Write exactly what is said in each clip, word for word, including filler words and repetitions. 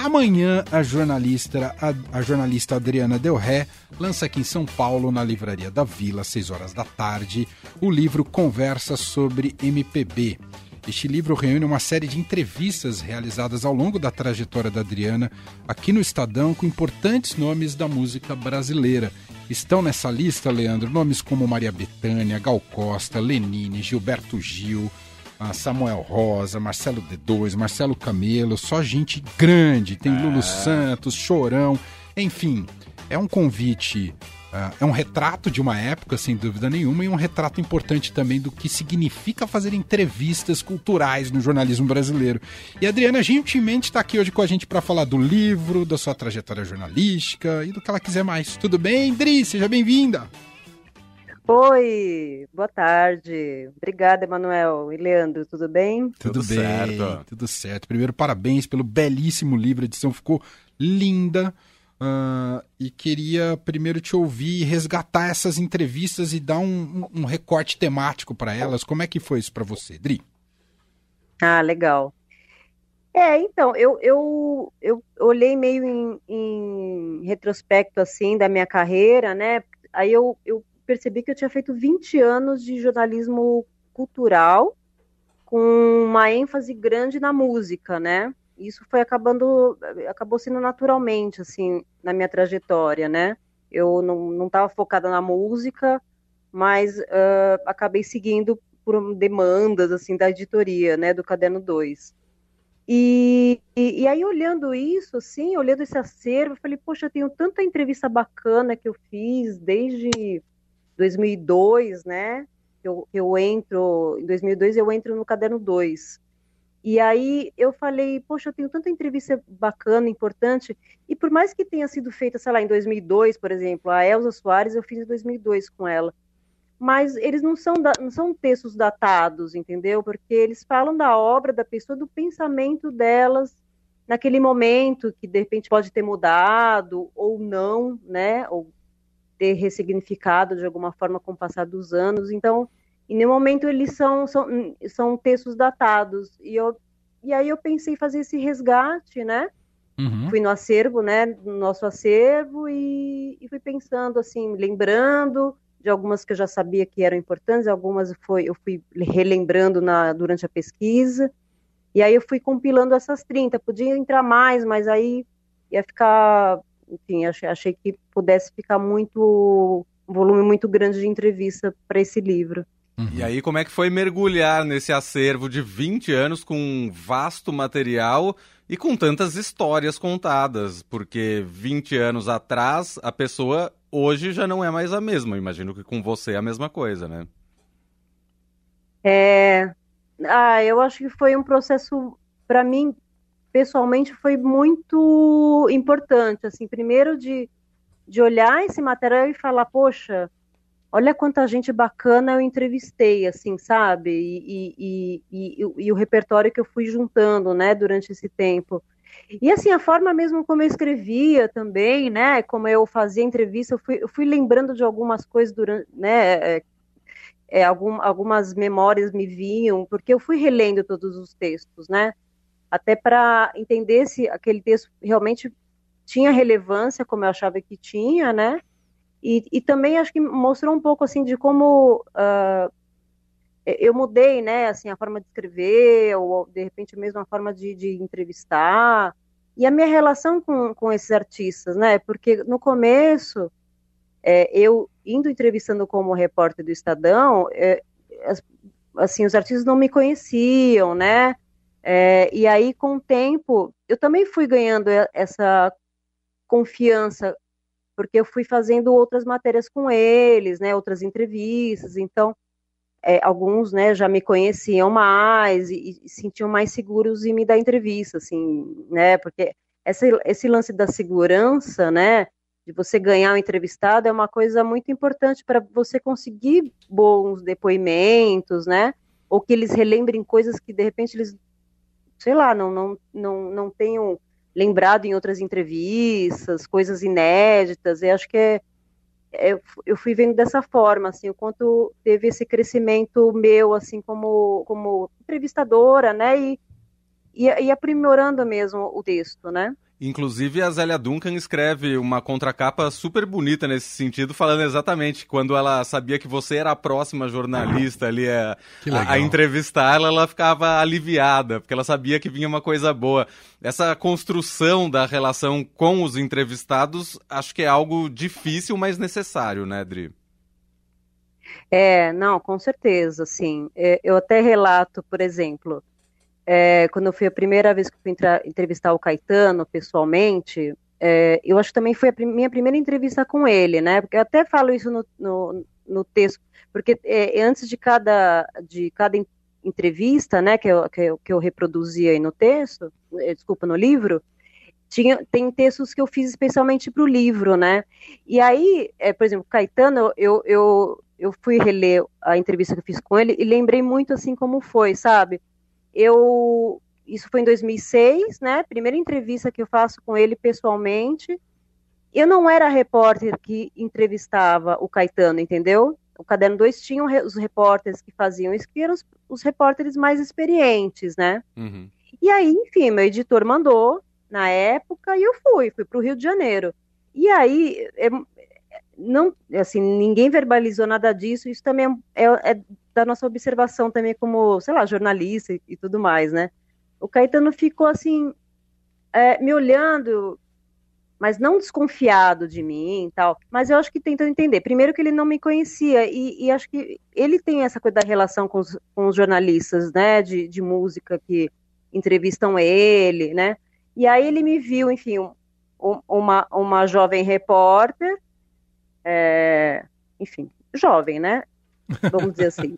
Amanhã, a jornalista, a, a jornalista Adriana Del Ré lança aqui em São Paulo, na Livraria da Vila, às seis horas da tarde, o livro Conversa sobre M P B. Este livro reúne uma série de entrevistas realizadas ao longo da trajetória da Adriana aqui no Estadão com importantes nomes da música brasileira. Estão nessa lista, Leandro, nomes como Maria Bethânia, Gal Costa, Lenine, Gilberto Gil, Samuel Rosa, Marcelo D dois, Marcelo Camelo, só gente grande, tem Lulu Santos, Chorão, enfim, é um convite, uh, é um retrato de uma época, sem dúvida nenhuma, e um retrato importante também do que significa fazer entrevistas culturais no jornalismo brasileiro. E a Adriana gentilmente está aqui hoje com a gente para falar do livro, da sua trajetória jornalística e do que ela quiser mais. Tudo bem, Dri? Seja bem-vinda! Oi, boa tarde. Obrigada, Emanuel e Leandro, tudo bem? Tudo, tudo bem, certo. Tudo certo. Primeiro, parabéns pelo belíssimo livro, a edição ficou linda. Uh, e queria primeiro te ouvir, resgatar essas entrevistas e dar um, um, um recorte temático para elas. Como é que foi isso para você, Dri? Ah, legal. É, então, eu, eu, eu olhei meio em, em retrospecto, assim, da minha carreira, né? Aí eu... eu percebi que eu tinha feito vinte anos de jornalismo cultural com uma ênfase grande na música, né? Isso foi acabando, acabou sendo naturalmente, assim, na minha trajetória, né? Eu não estava focada na música, mas uh, acabei seguindo por demandas, assim, da editoria, né? Do Caderno dois. E, e, e aí, olhando isso, assim, olhando esse acervo, eu falei, poxa, eu tenho tanta entrevista bacana que eu fiz desde dois mil e dois, né, eu, eu entro, em dois mil e dois eu entro no Caderno dois, e aí eu falei, poxa, eu tenho tanta entrevista bacana, importante, e por mais que tenha sido feita, sei lá, em dois mil e dois, por exemplo, a Elza Soares eu fiz em dois mil e dois com ela, mas eles não são, não são textos datados, entendeu, porque eles falam da obra da pessoa, do pensamento delas, naquele momento, que de repente pode ter mudado, ou não, né, ou ter ressignificado de alguma forma com o passar dos anos. Então, em nenhum momento eles são, são, são textos datados. E, eu, e aí eu pensei em fazer esse resgate, né? Uhum. Fui no acervo, né? No nosso acervo e, e fui pensando, assim, lembrando de algumas que eu já sabia que eram importantes, algumas foi, eu fui relembrando na, durante a pesquisa. E aí eu fui compilando essas trinta. Podia entrar mais, mas aí ia ficar... Enfim, achei, achei que pudesse ficar muito, um volume muito grande de entrevista para esse livro. Uhum. E aí, como é que foi mergulhar nesse acervo de vinte anos com um vasto material e com tantas histórias contadas? Porque vinte anos atrás, a pessoa hoje já não é mais a mesma. Eu imagino que com você é a mesma coisa, né? É... Ah, eu acho que foi um processo, para mim, pessoalmente foi muito importante, assim, primeiro de, de olhar esse material e falar, poxa, olha quanta gente bacana eu entrevistei, assim, sabe, e, e, e, e, e o repertório que eu fui juntando, né, durante esse tempo. E, assim, a forma mesmo como eu escrevia também, né, como eu fazia entrevista, eu fui, eu fui lembrando de algumas coisas durante, né, é, é, algum, algumas memórias me vinham, porque eu fui relendo todos os textos, né, até para entender se aquele texto realmente tinha relevância, como eu achava que tinha, né? E, e também acho que mostrou um pouco, assim, de como uh, eu mudei, né? Assim, a forma de escrever, ou de repente mesmo a forma de, de entrevistar, e a minha relação com, com esses artistas, né? Porque no começo, é, eu indo entrevistando como repórter do Estadão, é, assim, os artistas não me conheciam, né? É, e aí, com o tempo, eu também fui ganhando essa confiança, porque eu fui fazendo outras matérias com eles, né, outras entrevistas, então, é, alguns, né, já me conheciam mais e, e sentiam mais seguros em me dar entrevista, assim, né, porque essa, esse lance da segurança, né, de você ganhar um entrevistado é uma coisa muito importante para você conseguir bons depoimentos, né, ou que eles relembrem coisas que, de repente, eles sei lá, não, não, não, não tenho lembrado em outras entrevistas, coisas inéditas, eu acho que é, é, eu fui vendo dessa forma, assim, o quanto teve esse crescimento meu, assim, como, como entrevistadora, né, e, e, e aprimorando mesmo o texto, né. Inclusive, a Zélia Duncan escreve uma contracapa super bonita nesse sentido, falando exatamente quando ela sabia que você era a próxima jornalista ali a, a, a entrevistá-la, ela ficava aliviada, porque ela sabia que vinha uma coisa boa. Essa construção da relação com os entrevistados, acho que é algo difícil, mas necessário, né, Dri? É, não, com certeza, sim. É, eu até relato, por exemplo... É, quando eu fui a primeira vez que fui entrar, entrevistar o Caetano pessoalmente, é, eu acho que também foi a prim- minha primeira entrevista com ele, né? Porque eu até falo isso no, no, no texto, porque é, antes de cada, de cada entrevista, né, que eu, que eu, que eu reproduzi aí no texto, é, desculpa, no livro, tinha, tem textos que eu fiz especialmente para o livro, né? E aí, é, por exemplo, Caetano, eu, eu, eu fui reler a entrevista que eu fiz com ele e lembrei muito assim como foi, sabe? Eu, isso foi em dois mil e seis, né, primeira entrevista que eu faço com ele pessoalmente. Eu não era a repórter que entrevistava o Caetano, entendeu? O Caderno dois tinha os repórteres que faziam isso, que eram os, os repórteres mais experientes, né? Uhum. E aí, enfim, meu editor mandou, na época, e eu fui, fui para o Rio de Janeiro. E aí, é, não, assim, ninguém verbalizou nada disso, isso também é, é da nossa observação também como, sei lá, jornalista e, e tudo mais, né? O Caetano ficou assim, é, me olhando, mas não desconfiado de mim e tal, mas eu acho que tentando entender. Primeiro que ele não me conhecia, e, e acho que ele tem essa coisa da relação com os, com os jornalistas, né, de, de música que entrevistam ele, né? E aí ele me viu, enfim, um, uma, uma jovem repórter, é, enfim, jovem, né? Vamos dizer assim.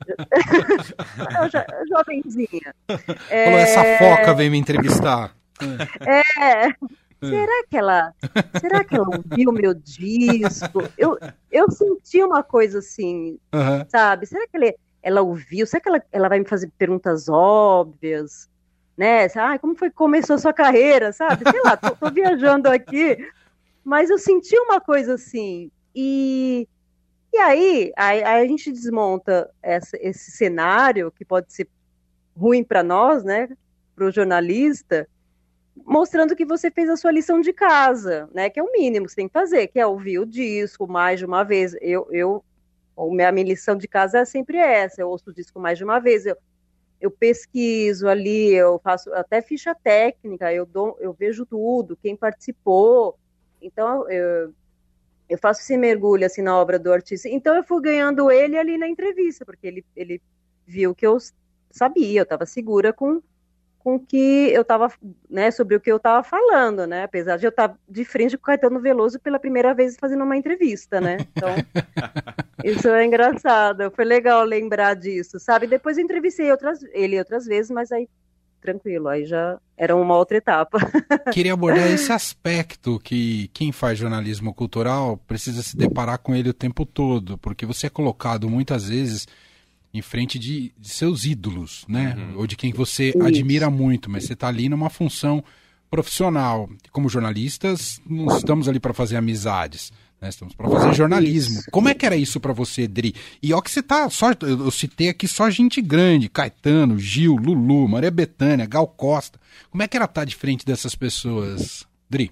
Jovenzinha. Falou, é... essa foca veio me entrevistar. É. Será que ela, será que ela ouviu meu disco? Eu, eu senti uma coisa assim, uhum. sabe? Será que ela, ela ouviu? Será que ela, ela vai me fazer perguntas óbvias? Né? Ah, como foi que começou a sua carreira? Sabe? Sei lá, tô, tô viajando aqui. Mas eu senti uma coisa assim. E... E aí, aí, aí a gente desmonta essa, esse cenário, que pode ser ruim para nós, né, para o jornalista, mostrando que você fez a sua lição de casa, né, que é o mínimo que você tem que fazer, que é ouvir o disco mais de uma vez. Eu, eu, a minha lição de casa é sempre essa, eu ouço o disco mais de uma vez, eu, eu pesquiso ali, eu faço até ficha técnica, eu, dou, eu vejo tudo, quem participou, então eu... Eu faço esse mergulho assim na obra do artista. Então eu fui ganhando ele ali na entrevista, porque ele, ele viu que eu sabia, eu estava segura com com que eu estava, né, sobre o que eu estava falando, né? Apesar de eu estar de frente com o Caetano Veloso pela primeira vez fazendo uma entrevista, né? Então, isso é engraçado. Foi legal lembrar disso, sabe? Depois eu entrevistei outras, ele outras vezes, mas aí tranquilo, aí já era uma outra etapa. Queria abordar esse aspecto que quem faz jornalismo cultural precisa se deparar com ele o tempo todo, porque você é colocado muitas vezes em frente de, de seus ídolos, né? Uhum. Ou de quem você Isso. admira muito, mas você está ali numa função profissional. Como jornalistas, não estamos ali para fazer amizades, né? Estamos para fazer jornalismo. Isso. Como é que era isso para você, Dri? E ó que você tá só, eu citei aqui só gente grande, Caetano, Gil, Lulu, Maria Bethânia, Gal Costa. Como é que era estar de frente dessas pessoas, Dri?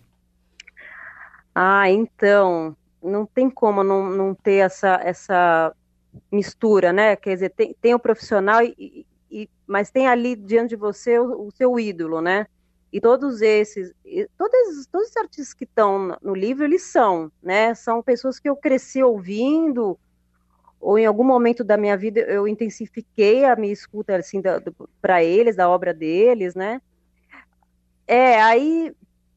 Ah, então, não tem como não, não ter essa, essa mistura, né? Quer dizer, tem, tem o profissional, e, e, mas tem ali diante de você o, o seu ídolo, né? E todos esses, todos, todos os artistas que estão no livro, eles são, né? São pessoas que eu cresci ouvindo, ou em algum momento da minha vida eu intensifiquei a minha escuta, assim, para eles, da obra deles, né? É, aí,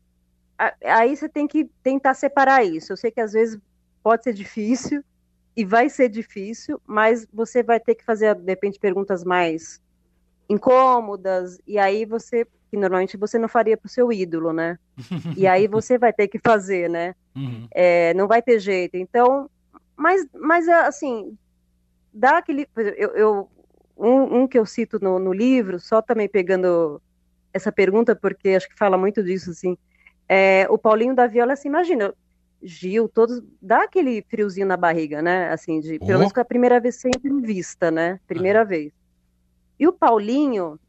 aí você tem que tentar separar isso. Eu sei que às vezes pode ser difícil, e vai ser difícil, mas você vai ter que fazer, de repente, perguntas mais incômodas, e aí você... que normalmente você não faria para o seu ídolo, né? E aí você vai ter que fazer, né? Uhum. É, não vai ter jeito. Então, mas, mas assim, dá aquele... Eu, eu, um, um que eu cito no, no livro, só também pegando essa pergunta, porque acho que fala muito disso, assim, é, o Paulinho da Viola, assim, imagina, Gil, todos, dá aquele friozinho na barriga, né? Assim, de, oh. pelo menos com a primeira vez sem entrevista, né? Primeira ah. vez. E o Paulinho...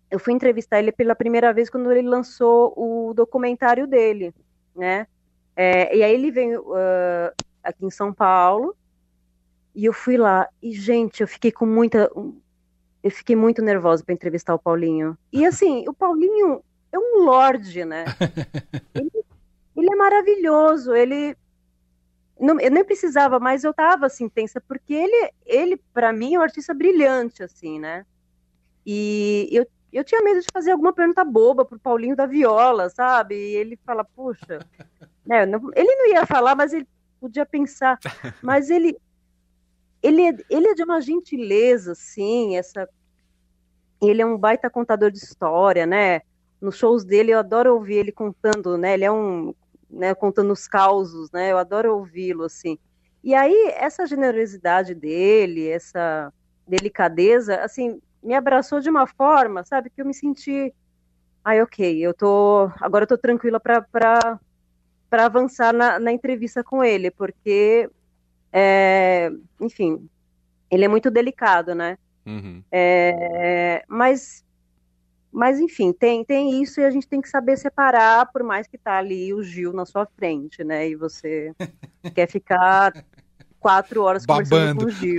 eu fui entrevistar ele pela primeira vez quando ele lançou o documentário dele, né? É, e aí ele veio uh, aqui em São Paulo, e eu fui lá, e gente, eu fiquei com muita... Eu fiquei muito nervosa para entrevistar o Paulinho. E assim, o Paulinho é um lorde, né? Ele, ele é maravilhoso, ele... Não, eu nem precisava, mas eu tava assim, tensa, porque ele, ele para mim, é um artista brilhante, assim, né? E eu, eu tinha medo de fazer alguma pergunta boba pro Paulinho da viola, sabe? E ele fala, puxa... Né, não, ele não ia falar, mas ele podia pensar. Mas ele, ele, é, ele é de uma gentileza, assim, essa... Ele é um baita contador de história, né? Nos shows dele, eu adoro ouvir ele contando, né? Ele é um... Né, contando os causos, né? Eu adoro ouvi-lo, assim. E aí, essa generosidade dele, essa delicadeza, assim, me abraçou de uma forma, sabe? Que eu me senti... Ai, ok, eu tô... Agora eu tô tranquila para para avançar na, na entrevista com ele, porque, é, enfim, ele é muito delicado, né? Uhum. É, mas, mas, enfim, tem, tem isso e a gente tem que saber separar, por mais que tá ali o Gil na sua frente, né? E você quer ficar quatro horas conversando babando com o Gil.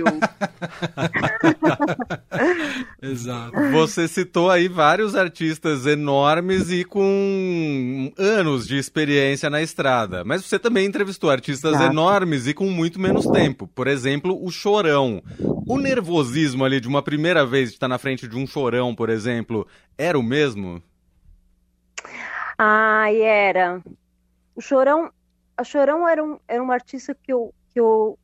Exato. Você citou aí vários artistas enormes e com anos de experiência na estrada, mas você também entrevistou artistas Exato. enormes e com muito menos tempo. Por exemplo, o Chorão. O nervosismo ali de uma primeira vez de estar na frente de um Chorão, por exemplo, era o mesmo? Ai, era. O Chorão, a Chorão era um, era um artista que eu, que eu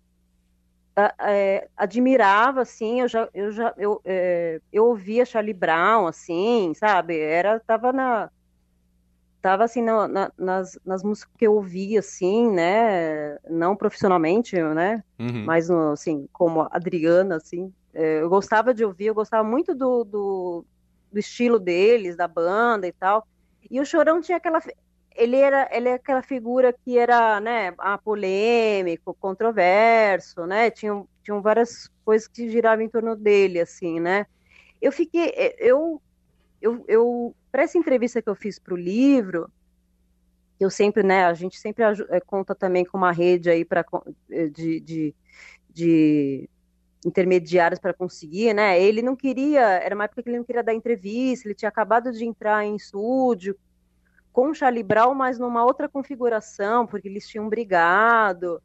é, admirava, assim, eu já, eu já, eu, é, eu ouvia Charlie Brown, assim, sabe, era, tava na, tava assim, na, na, nas, nas músicas que eu ouvia, assim, né, não profissionalmente, né, Uhum. mas, no, assim, como a Adriana, assim, é, eu gostava de ouvir, eu gostava muito do, do, do estilo deles, da banda e tal, e o Chorão tinha aquela... Ele era, ele é aquela figura que era, né, ah, polêmico, controverso, né, tinham, tinham várias coisas que giravam em torno dele, assim, né. Eu fiquei, eu, eu, eu para essa entrevista que eu fiz para o livro, eu sempre, né, a gente sempre é, conta também com uma rede aí para de, de, de intermediários para conseguir, né, ele não queria, era uma época que ele não queria dar entrevista, ele tinha acabado de entrar em estúdio, com o Charlie Brown, mas numa outra configuração, porque eles tinham brigado.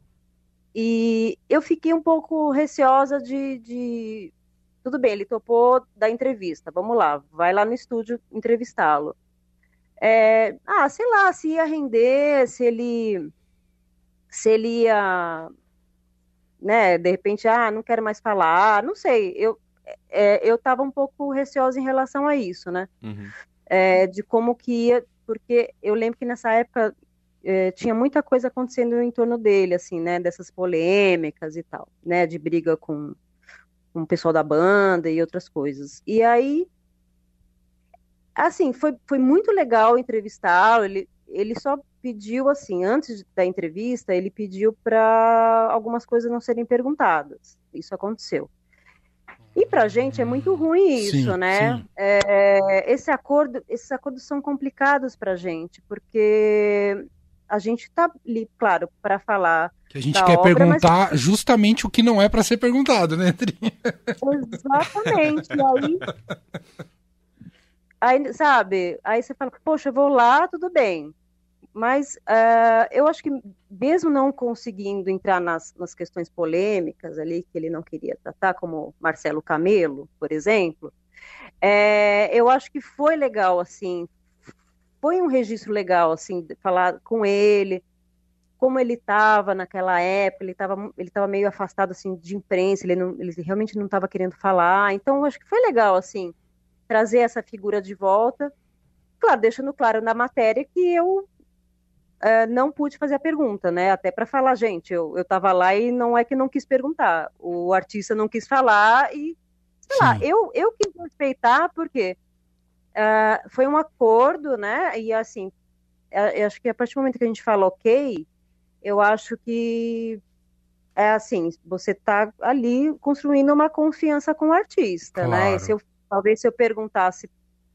E eu fiquei um pouco receosa de, de... Tudo bem, ele topou da entrevista, vamos lá, vai lá no estúdio entrevistá-lo. É... Ah, sei lá, se ia render, se ele... Se ele ia... Né, de repente, ah, não quero mais falar, não sei. Eu é, eu estava um pouco receosa em relação a isso, né? Uhum. É, de como que ia... Porque eu lembro que nessa época eh, tinha muita coisa acontecendo em torno dele, assim, né, dessas polêmicas e tal, né, de briga com, com o pessoal da banda e outras coisas. E aí, assim, foi, foi muito legal entrevistá-lo, ele, ele só pediu, assim, antes da entrevista, ele pediu para algumas coisas não serem perguntadas. Isso aconteceu. E pra gente é muito ruim isso, Sim, né? sim. É, esse acordo, esses acordos são complicados pra gente, porque a gente tá ali, claro, para falar Que a gente da quer obra, perguntar mas... justamente o que não é para ser perguntado, né, Tri? Exatamente. E aí, aí, sabe, aí você fala, poxa, eu vou lá, tudo bem. Mas uh, eu acho que mesmo não conseguindo entrar nas, nas questões polêmicas ali, que ele não queria tratar, como Marcelo Camelo, por exemplo, é, eu acho que foi legal, assim, foi um registro legal, assim, falar com ele, como ele estava naquela época, ele estava ele tava meio afastado, assim, de imprensa, ele, não, ele realmente não estava querendo falar, então eu acho que foi legal, assim, trazer essa figura de volta, claro, deixando claro na matéria que eu Uh, não pude fazer a pergunta, né? Até para falar, gente, eu, eu tava lá e não é que não quis perguntar. O artista não quis falar e, sei Sim. lá, eu, eu quis respeitar porque uh, foi um acordo, né? E assim, eu, eu acho que a partir do momento que a gente fala ok, eu acho que é assim, você tá ali construindo uma confiança com o artista, Claro. né? E se eu, talvez se eu perguntasse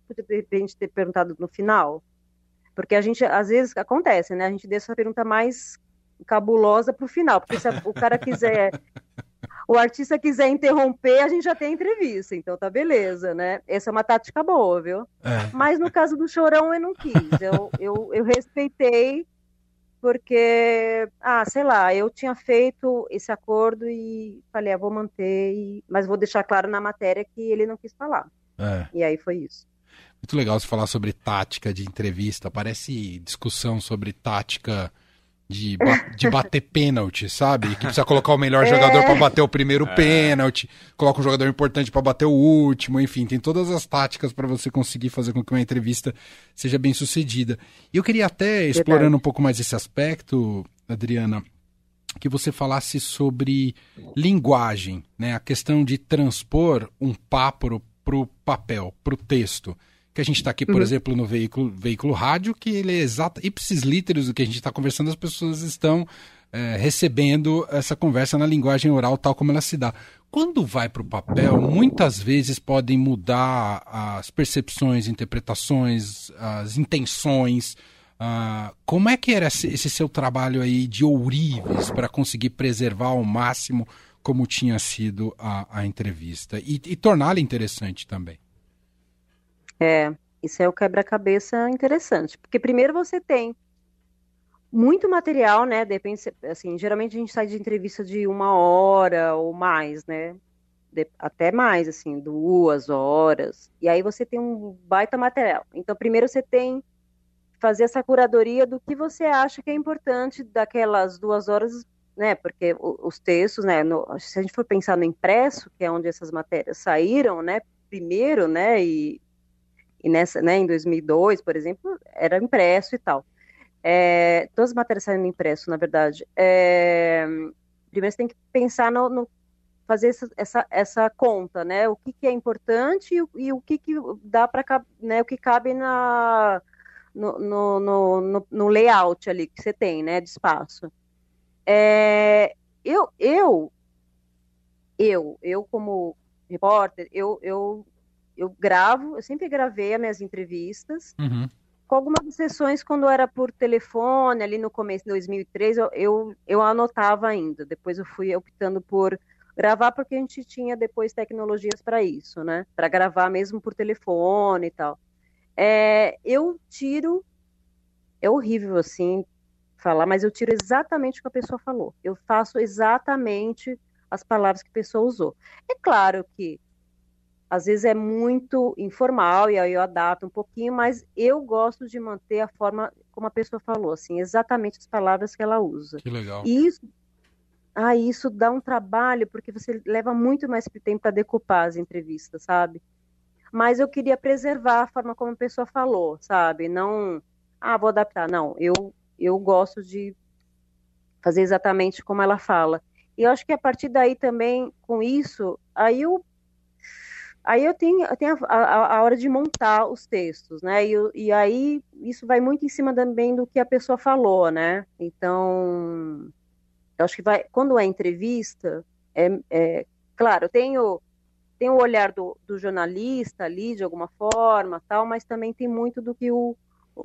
podia de repente ter perguntado no final? Porque a gente, às vezes, acontece, né? A gente deixa a pergunta mais cabulosa pro final, porque se o cara quiser, o artista quiser interromper, a gente já tem a entrevista, então tá beleza, né? Essa é uma tática boa, viu? É. Mas no caso do Chorão eu não quis, eu, eu, eu respeitei, porque, ah, sei lá, eu tinha feito esse acordo e falei, ah, vou manter, e... mas vou deixar claro na matéria que ele não quis falar. É. E aí foi isso. Muito legal você falar sobre tática de entrevista, parece discussão sobre tática de, ba- de bater pênalti, sabe? Que precisa colocar o melhor é. jogador para bater o primeiro é. pênalti, coloca um jogador importante para bater o último, enfim, tem todas as táticas para você conseguir fazer com que uma entrevista seja bem sucedida. E eu queria até, explorando Verdade. um pouco mais esse aspecto, Adriana, que você falasse sobre linguagem, né? A questão de transpor um papo para o papel, para o texto. Que a gente está aqui, por uhum. exemplo, no veículo, veículo rádio, que ele é exato, ipsis literis do que a gente está conversando, as pessoas estão é, recebendo essa conversa na linguagem oral tal como ela se dá. Quando vai para o papel, muitas vezes podem mudar as percepções, interpretações, as intenções. Uh, como é que era esse, esse seu trabalho aí de ourives para conseguir preservar ao máximo como tinha sido a, a entrevista e, e torná-la interessante também? É, isso é o quebra-cabeça interessante, porque primeiro você tem muito material, né, depende, assim, geralmente a gente sai de entrevista de uma hora ou mais, né, de, até mais, assim, duas horas, e aí você tem um baita material. Então primeiro você tem que fazer essa curadoria do que você acha que é importante daquelas duas horas, né, porque os textos, né, no, se a gente for pensar no impresso, que é onde essas matérias saíram, né, primeiro, né, e E nessa, né, em dois mil e dois, por exemplo, era impresso e tal. É, todas as matérias saindo impresso, na verdade. É, primeiro você tem que pensar no, no fazer essa, essa, essa conta, né? O que, que é importante e, e o que, que dá para, né, o que cabe na, no, no, no, no layout ali que você tem, né, de espaço. É, eu, eu, eu, eu como repórter, eu, eu Eu gravo, eu sempre gravei as minhas entrevistas, uhum. com algumas sessões quando era por telefone, ali no começo de dois mil e três, eu, eu, eu anotava ainda, depois eu fui optando por gravar, porque a gente tinha depois tecnologias para isso, né, para gravar mesmo por telefone e tal. É, eu tiro, é horrível assim falar, mas eu tiro exatamente o que a pessoa falou, eu faço exatamente as palavras que a pessoa usou. É claro que às vezes é muito informal e aí eu adapto um pouquinho, mas eu gosto de manter a forma como a pessoa falou, assim, exatamente as palavras que ela usa. Que legal. E isso, ah, isso dá um trabalho, porque você leva muito mais tempo para decupar as entrevistas, sabe? Mas eu queria preservar a forma como a pessoa falou, sabe? Não, ah, vou adaptar. Não, eu, eu gosto de fazer exatamente como ela fala. E eu acho que a partir daí também, com isso, aí eu Aí eu tenho, eu tenho a, a, a hora de montar os textos, né? E, e aí isso vai muito em cima também do que a pessoa falou, né? Então, eu acho que vai, quando é entrevista, é, é claro, eu tenho, tenho o olhar do, do jornalista ali, de alguma forma, tal, mas também tem muito do que o,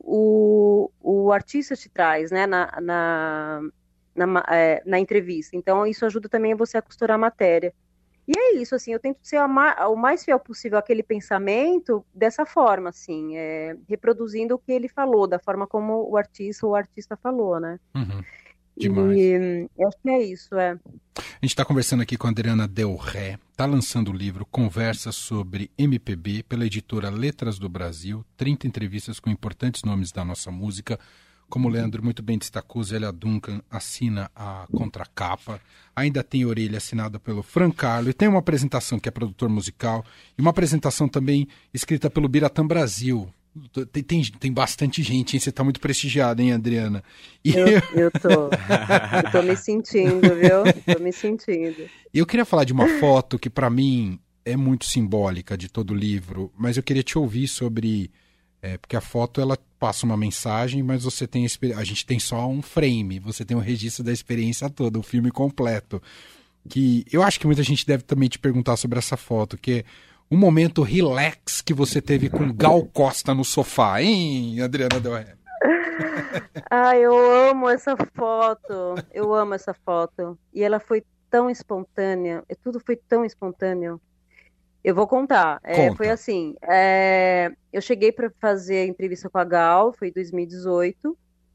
o, o artista te traz, né? Na, na, na, é, na entrevista. Então, isso ajuda também a você a costurar a matéria. E é isso, assim, eu tento ser a ma- o mais fiel possível àquele pensamento dessa forma, assim, é, reproduzindo o que ele falou, da forma como o artista ou o artista falou, né? Uhum. Demais. E eu acho que é isso, é. A gente está conversando aqui com a Adriana Del Ré, está lançando o livro Conversas sobre M P B pela editora Letras do Brasil, trinta entrevistas com importantes nomes da nossa música. Como o Leandro muito bem destacou, Zélia Duncan assina a contracapa. Ainda tem orelha assinada pelo Fran Carlo. E tem uma apresentação que é produtor musical. E uma apresentação também escrita pelo Biratã Brasil. Tem, tem, tem bastante gente, hein? Você está muito prestigiada, hein, Adriana? E... Eu, eu tô. Eu tô me sentindo, viu? Tô me sentindo. Eu queria falar de uma foto que, para mim, é muito simbólica de todo o livro. Mas eu queria te ouvir sobre... É, porque a foto, ela passa uma mensagem, mas você tem a gente tem só um frame, você tem um registro da experiência toda, o filme completo. Que eu acho que muita gente deve também te perguntar sobre essa foto, que é um momento relax que você teve com Gal Costa no sofá, hein, Adriana Del Rey? Ah, eu amo essa foto, eu amo essa foto. E ela foi tão espontânea, tudo foi tão espontâneo. Eu vou contar. É, foi assim, é, eu cheguei para fazer a entrevista com a Gal, foi em dois mil e dezoito,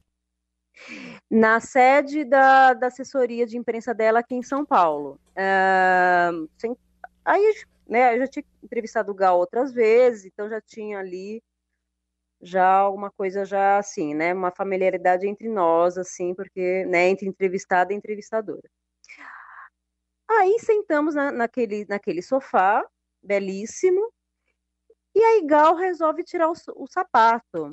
na sede da, da assessoria de imprensa dela aqui em São Paulo. É, sem, aí, né, eu já tinha entrevistado o Gal outras vezes, então já tinha ali já alguma coisa já assim, né, uma familiaridade entre nós, assim, porque, né, entre entrevistada e entrevistadora. Aí sentamos na, naquele, naquele sofá, belíssimo, e aí Gal resolve tirar o, o sapato.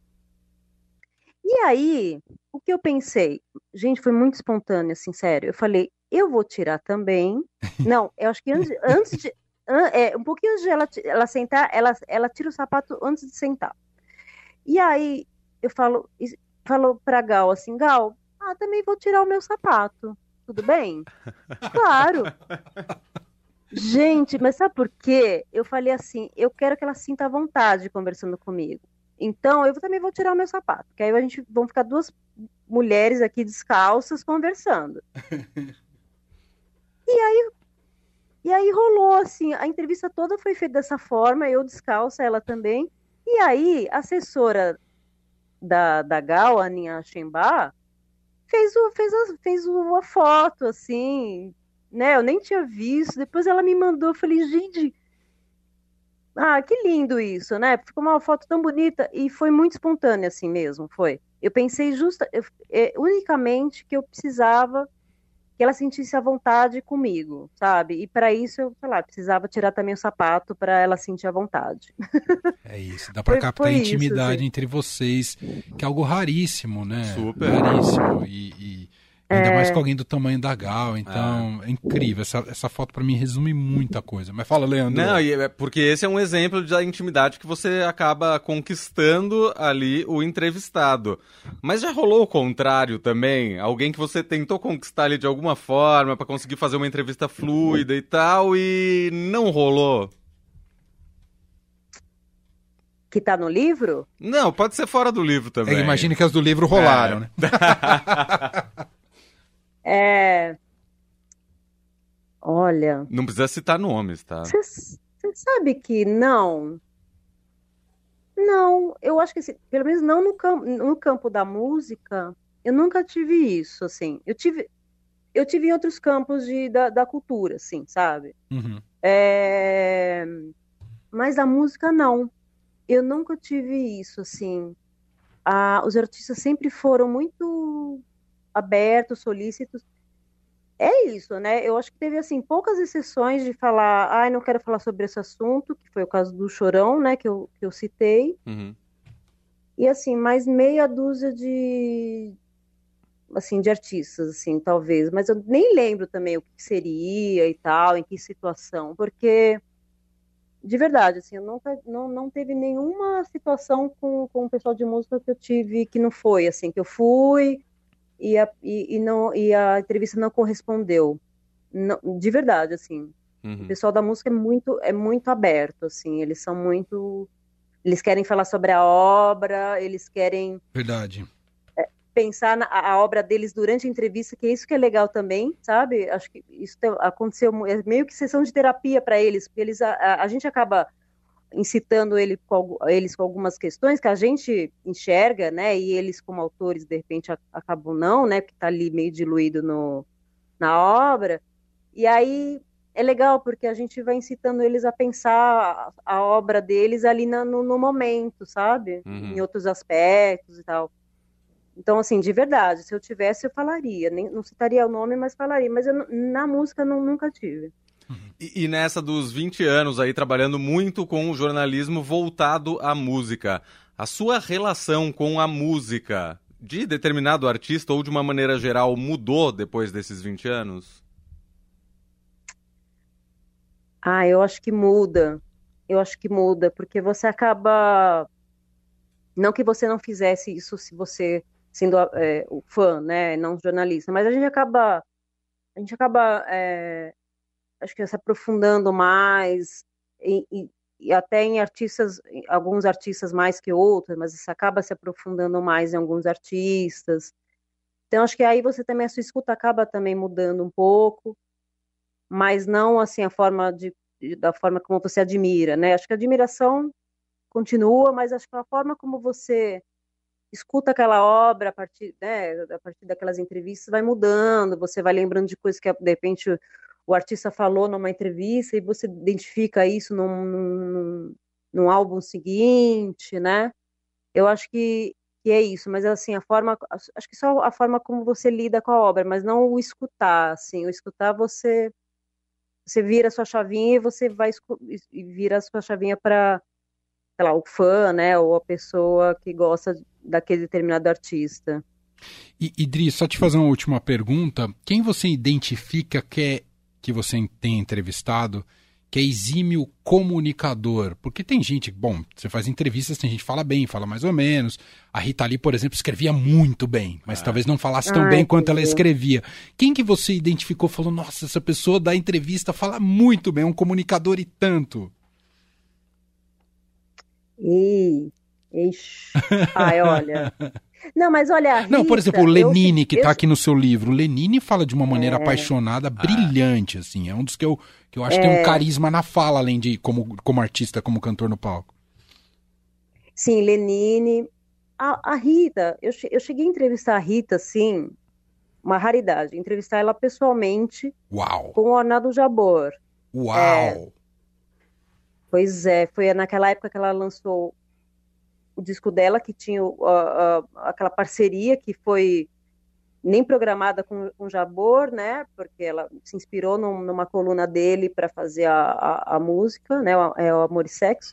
E aí, o que eu pensei? Gente, foi muito espontâneo, assim, sério. Eu falei, eu vou tirar também. Não, eu acho que antes, antes de... É, um pouquinho antes de ela, ela sentar, ela, ela tira o sapato antes de sentar. E aí, eu falo, falo pra Gal assim, Gal, ah, também vou tirar o meu sapato. Tudo bem? Claro. Gente, mas sabe por quê? Eu falei assim, eu quero que ela sinta à vontade conversando comigo. Então, eu também vou tirar o meu sapato, porque aí a gente vão ficar duas mulheres aqui descalças conversando. E aí, e aí rolou assim, a entrevista toda foi feita dessa forma, eu descalça, ela também. E aí, a assessora da, da Gal, a Aninha Chemba, fez, o, fez, a, fez uma foto, assim, né? Eu nem tinha visto. Depois ela me mandou, eu falei, gente, ah, que lindo isso, né? Ficou uma foto tão bonita e foi muito espontânea, assim mesmo, foi. Eu pensei justa, eu, é, unicamente que eu precisava que ela sentisse a vontade comigo, sabe? E para isso eu, sei lá, precisava tirar também o sapato para ela sentir a vontade. É isso, dá para captar a intimidade isso, entre vocês, que é algo raríssimo, né? Super. Raríssimo. E, e ainda é... mais com alguém do tamanho da Gal, então é, é incrível. Essa, essa foto para mim resume muita coisa. Mas fala, Leandro. Não, é porque esse é um exemplo da intimidade que você acaba conquistando ali o entrevistado. Mas já rolou o contrário também? Alguém que você tentou conquistar ali de alguma forma para conseguir fazer uma entrevista fluida e tal e não rolou? Que tá no livro? Não, pode ser fora do livro também. É, imagine que as do livro rolaram, é. né? É... Olha... Não precisa citar nomes, tá? Você sabe que não... Não, eu acho que, assim, pelo menos não no campo, no campo da música, eu nunca tive isso, assim. Eu tive, eu tive em outros campos de, da, da cultura, assim, sabe? Uhum. É... Mas a música, não. Eu nunca tive isso, assim. Ah, os artistas sempre foram muito abertos, solícitos. É isso, né? Eu acho que teve, assim, poucas exceções de falar, ai, ah, não quero falar sobre esse assunto, que foi o caso do Chorão, né, que eu, que eu citei. Uhum. E, assim, mais meia dúzia de, assim, de artistas, assim, talvez. Mas eu nem lembro também o que seria e tal, em que situação, porque... De verdade, assim, eu nunca, não, não teve nenhuma situação com, com o pessoal de música que eu tive que não foi, assim, que eu fui e a, e, e não, e a entrevista não correspondeu. Não, de verdade, assim. Uhum. O pessoal da música é muito, é muito aberto, assim, eles são muito... Eles querem falar sobre a obra, eles querem... Verdade. É, pensar na a obra deles durante a entrevista, que é isso que é legal também, sabe? Acho que isso aconteceu, é meio que sessão de terapia para eles, porque eles, a, a gente acaba incitando ele com, eles com algumas questões que a gente enxerga, né? E eles, como autores, de repente a, acabam não, né? Porque está ali meio diluído no, na obra. E aí é legal, porque a gente vai incitando eles a pensar a, a obra deles ali na, no, no momento, sabe? Uhum. Em outros aspectos e tal. Então, assim, de verdade, se eu tivesse, eu falaria. Nem, não citaria o nome, mas falaria. Mas eu, na música, não, nunca tive. E, e nessa dos vinte anos aí, trabalhando muito com o jornalismo voltado à música, a sua relação com a música de determinado artista ou de uma maneira geral mudou depois desses vinte anos? Ah, eu acho que muda. Eu acho que muda, porque você acaba... Não que você não fizesse isso se você... sendo é, o fã, né, não jornalista, mas a gente acaba, a gente acaba, é, acho que se aprofundando mais, e, e, e até em artistas, alguns artistas mais que outros, mas você acaba se aprofundando mais em alguns artistas. Então, acho que aí você também, a sua escuta acaba também mudando um pouco, mas não assim a forma de, da forma como você admira, né? Acho que a admiração continua, mas acho que a forma como você escuta aquela obra a partir, né, a partir daquelas entrevistas vai mudando, você vai lembrando de coisas que de repente o, o artista falou numa entrevista e você identifica isso num, num, num álbum seguinte, né? Eu acho que, que é isso, mas assim, a forma, acho que só a forma como você lida com a obra, mas não o escutar, assim, o escutar você você vira a sua chavinha e você vai e vira a sua chavinha para, sei lá, o fã, né, ou a pessoa que gosta daquele determinado artista. E, Idri, só te fazer uma última pergunta. Quem você identifica que, é, que você tem entrevistado que é exímio comunicador? Porque tem gente, bom, você faz entrevistas, tem gente que fala bem, fala mais ou menos. A Rita Lee, por exemplo, escrevia muito bem, mas ah. talvez não falasse tão ah, bem quanto ela escrevia. Quem que você identificou, falou, nossa, essa pessoa da entrevista fala muito bem, é um comunicador e tanto? Ih, ixi. Ai, olha. Não, mas olha, a Rita, Não, por exemplo, o Lenine, eu, que está eu... aqui no seu livro. O Lenine fala de uma maneira é... apaixonada, brilhante, assim. É um dos que eu, que eu acho que é... tem um carisma na fala, além de como, como artista, como cantor no palco. Sim, Lenine. A, a Rita, eu, eu cheguei a entrevistar a Rita, assim, uma raridade. Entrevistar ela pessoalmente. Uau! Com o Arnaldo Jabor. Uau! É... Pois é, foi naquela época que ela lançou o disco dela, que tinha uh, uh, aquela parceria que foi nem programada com, com o Jabor, né, porque ela se inspirou num, numa coluna dele para fazer a, a, a música, né, o, é o Amor e Sexo.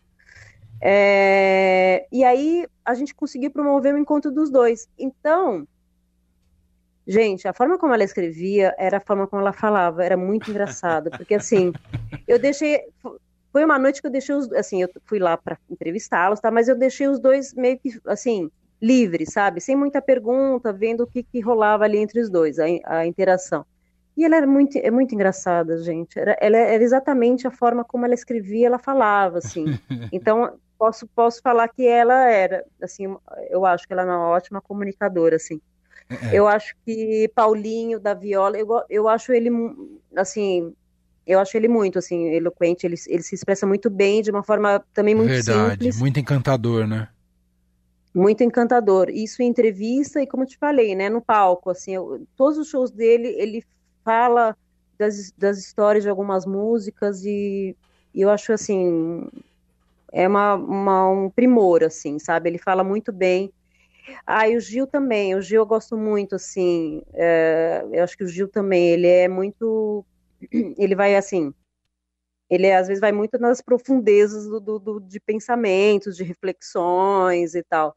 É, e aí a gente conseguiu promover o encontro dos dois. Então, gente, a forma como ela escrevia era a forma como ela falava, era muito engraçado, porque assim, eu deixei... Foi uma noite que eu deixei os... Assim, eu fui lá para entrevistá-los, tá? Mas eu deixei os dois meio que, assim, livres, sabe? Sem muita pergunta, vendo o que, que rolava ali entre os dois, a, a interação. E ela era muito, é muito engraçada, gente. Era, ela era exatamente a forma como ela escrevia, ela falava, assim. Então, posso, posso falar que ela era, assim, eu acho que ela é uma ótima comunicadora, assim. É. Eu acho que Paulinho, da Viola, eu, eu acho ele, assim... Eu acho ele muito, assim, eloquente, ele, ele se expressa muito bem, de uma forma também muito Verdade, simples. Muito encantador, né? Muito encantador. Isso em entrevista e, como eu te falei, né, no palco, assim, eu, todos os shows dele, ele fala das, das histórias de algumas músicas e, e eu acho, assim, é uma, uma, um primor, assim, sabe? Ele fala muito bem. Ah, e o Gil também, o Gil eu gosto muito, assim, é, eu acho que o Gil também, ele é muito... Ele vai assim, ele às vezes vai muito nas profundezas do, do, do, de pensamentos, de reflexões e tal.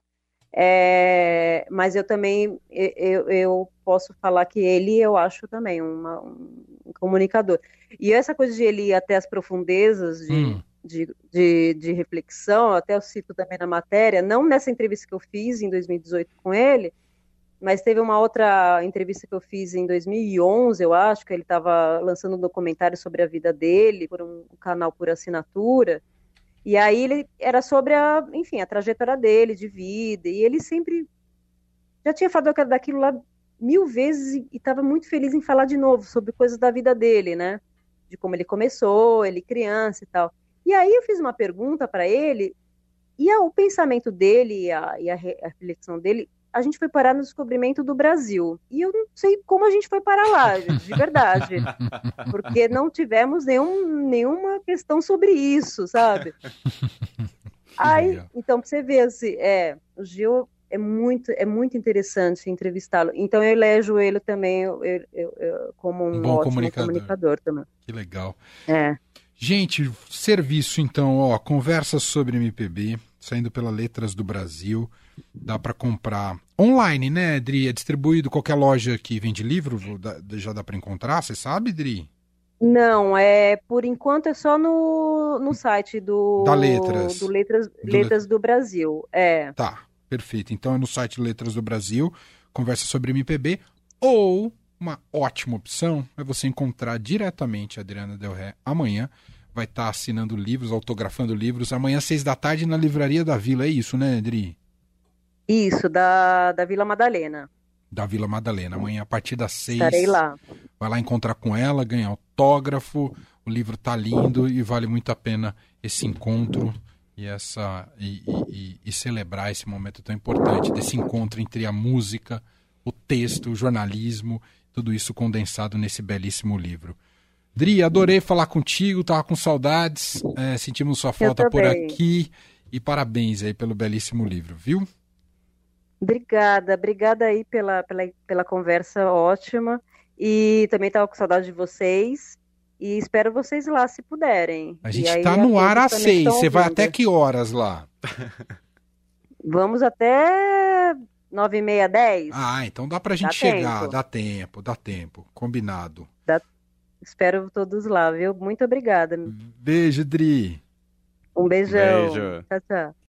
É, mas eu também, eu, eu posso falar que ele, eu acho também uma, um comunicador. E essa coisa de ele ir até as profundezas de, hum. de, de, de reflexão, até eu cito também na matéria, não nessa entrevista que eu fiz em dois mil e dezoito com ele, mas teve uma outra entrevista que eu fiz em dois mil e onze, eu acho, que ele estava lançando um documentário sobre a vida dele, por um canal por assinatura, e aí ele era sobre a, enfim, a trajetória dele, de vida, e ele sempre já tinha falado daquilo lá mil vezes e estava muito feliz em falar de novo sobre coisas da vida dele, né, de como ele começou, ele criança e tal. E aí eu fiz uma pergunta para ele, e a, o pensamento dele e a, e a reflexão dele, a gente foi parar no descobrimento do Brasil. E eu não sei como a gente foi parar lá, de verdade. Porque não tivemos nenhum, nenhuma questão sobre isso, sabe? Aí, então, pra você ver, assim, é, o Gil é muito, é muito interessante entrevistá-lo. Então, eu elejo ele também eu, eu, eu, como um, um bom ótimo comunicador. comunicador também. Que legal. É. Gente, serviço, então, ó, conversa sobre M P B, saindo pela Letras do Brasil. Dá para comprar online, né, Dri? É distribuído qualquer loja que vende livro? Já dá para encontrar, você sabe, Dri? Não, é por enquanto é só no, no site do, da Letras. do Letras, do Letras do Brasil. É. Tá, perfeito. Então é no site Letras do Brasil, conversa sobre M P B, ou uma ótima opção é você encontrar diretamente a Adriana Del Rey amanhã. vai estar assinando livros, autografando livros, amanhã, seis da tarde, na Livraria da Vila. É isso, né, Dri? Isso, da, da Vila Madalena. Da Vila Madalena. Amanhã, a partir das seis. Estarei lá. Vai lá encontrar com ela, ganhar autógrafo. O livro tá lindo e vale muito a pena esse encontro e, essa, e, e, e celebrar esse momento tão importante, desse encontro entre a música, o texto, o jornalismo, tudo isso condensado nesse belíssimo livro. Dri, adorei falar contigo, tava com saudades, é, sentimos sua falta por aqui e parabéns aí pelo belíssimo livro, viu? Obrigada, obrigada aí pela, pela, pela conversa ótima e também estava com saudade de vocês e espero vocês lá se puderem. A gente está no ar às seis, você vai até que horas lá? Vamos até nove e meia, dez. Ah, então dá pra gente dá chegar, tempo. dá tempo, dá tempo, combinado. Dá... Espero todos lá, viu? Muito obrigada. Beijo, Dri. Um beijão. Beijo. Tchau, tchau.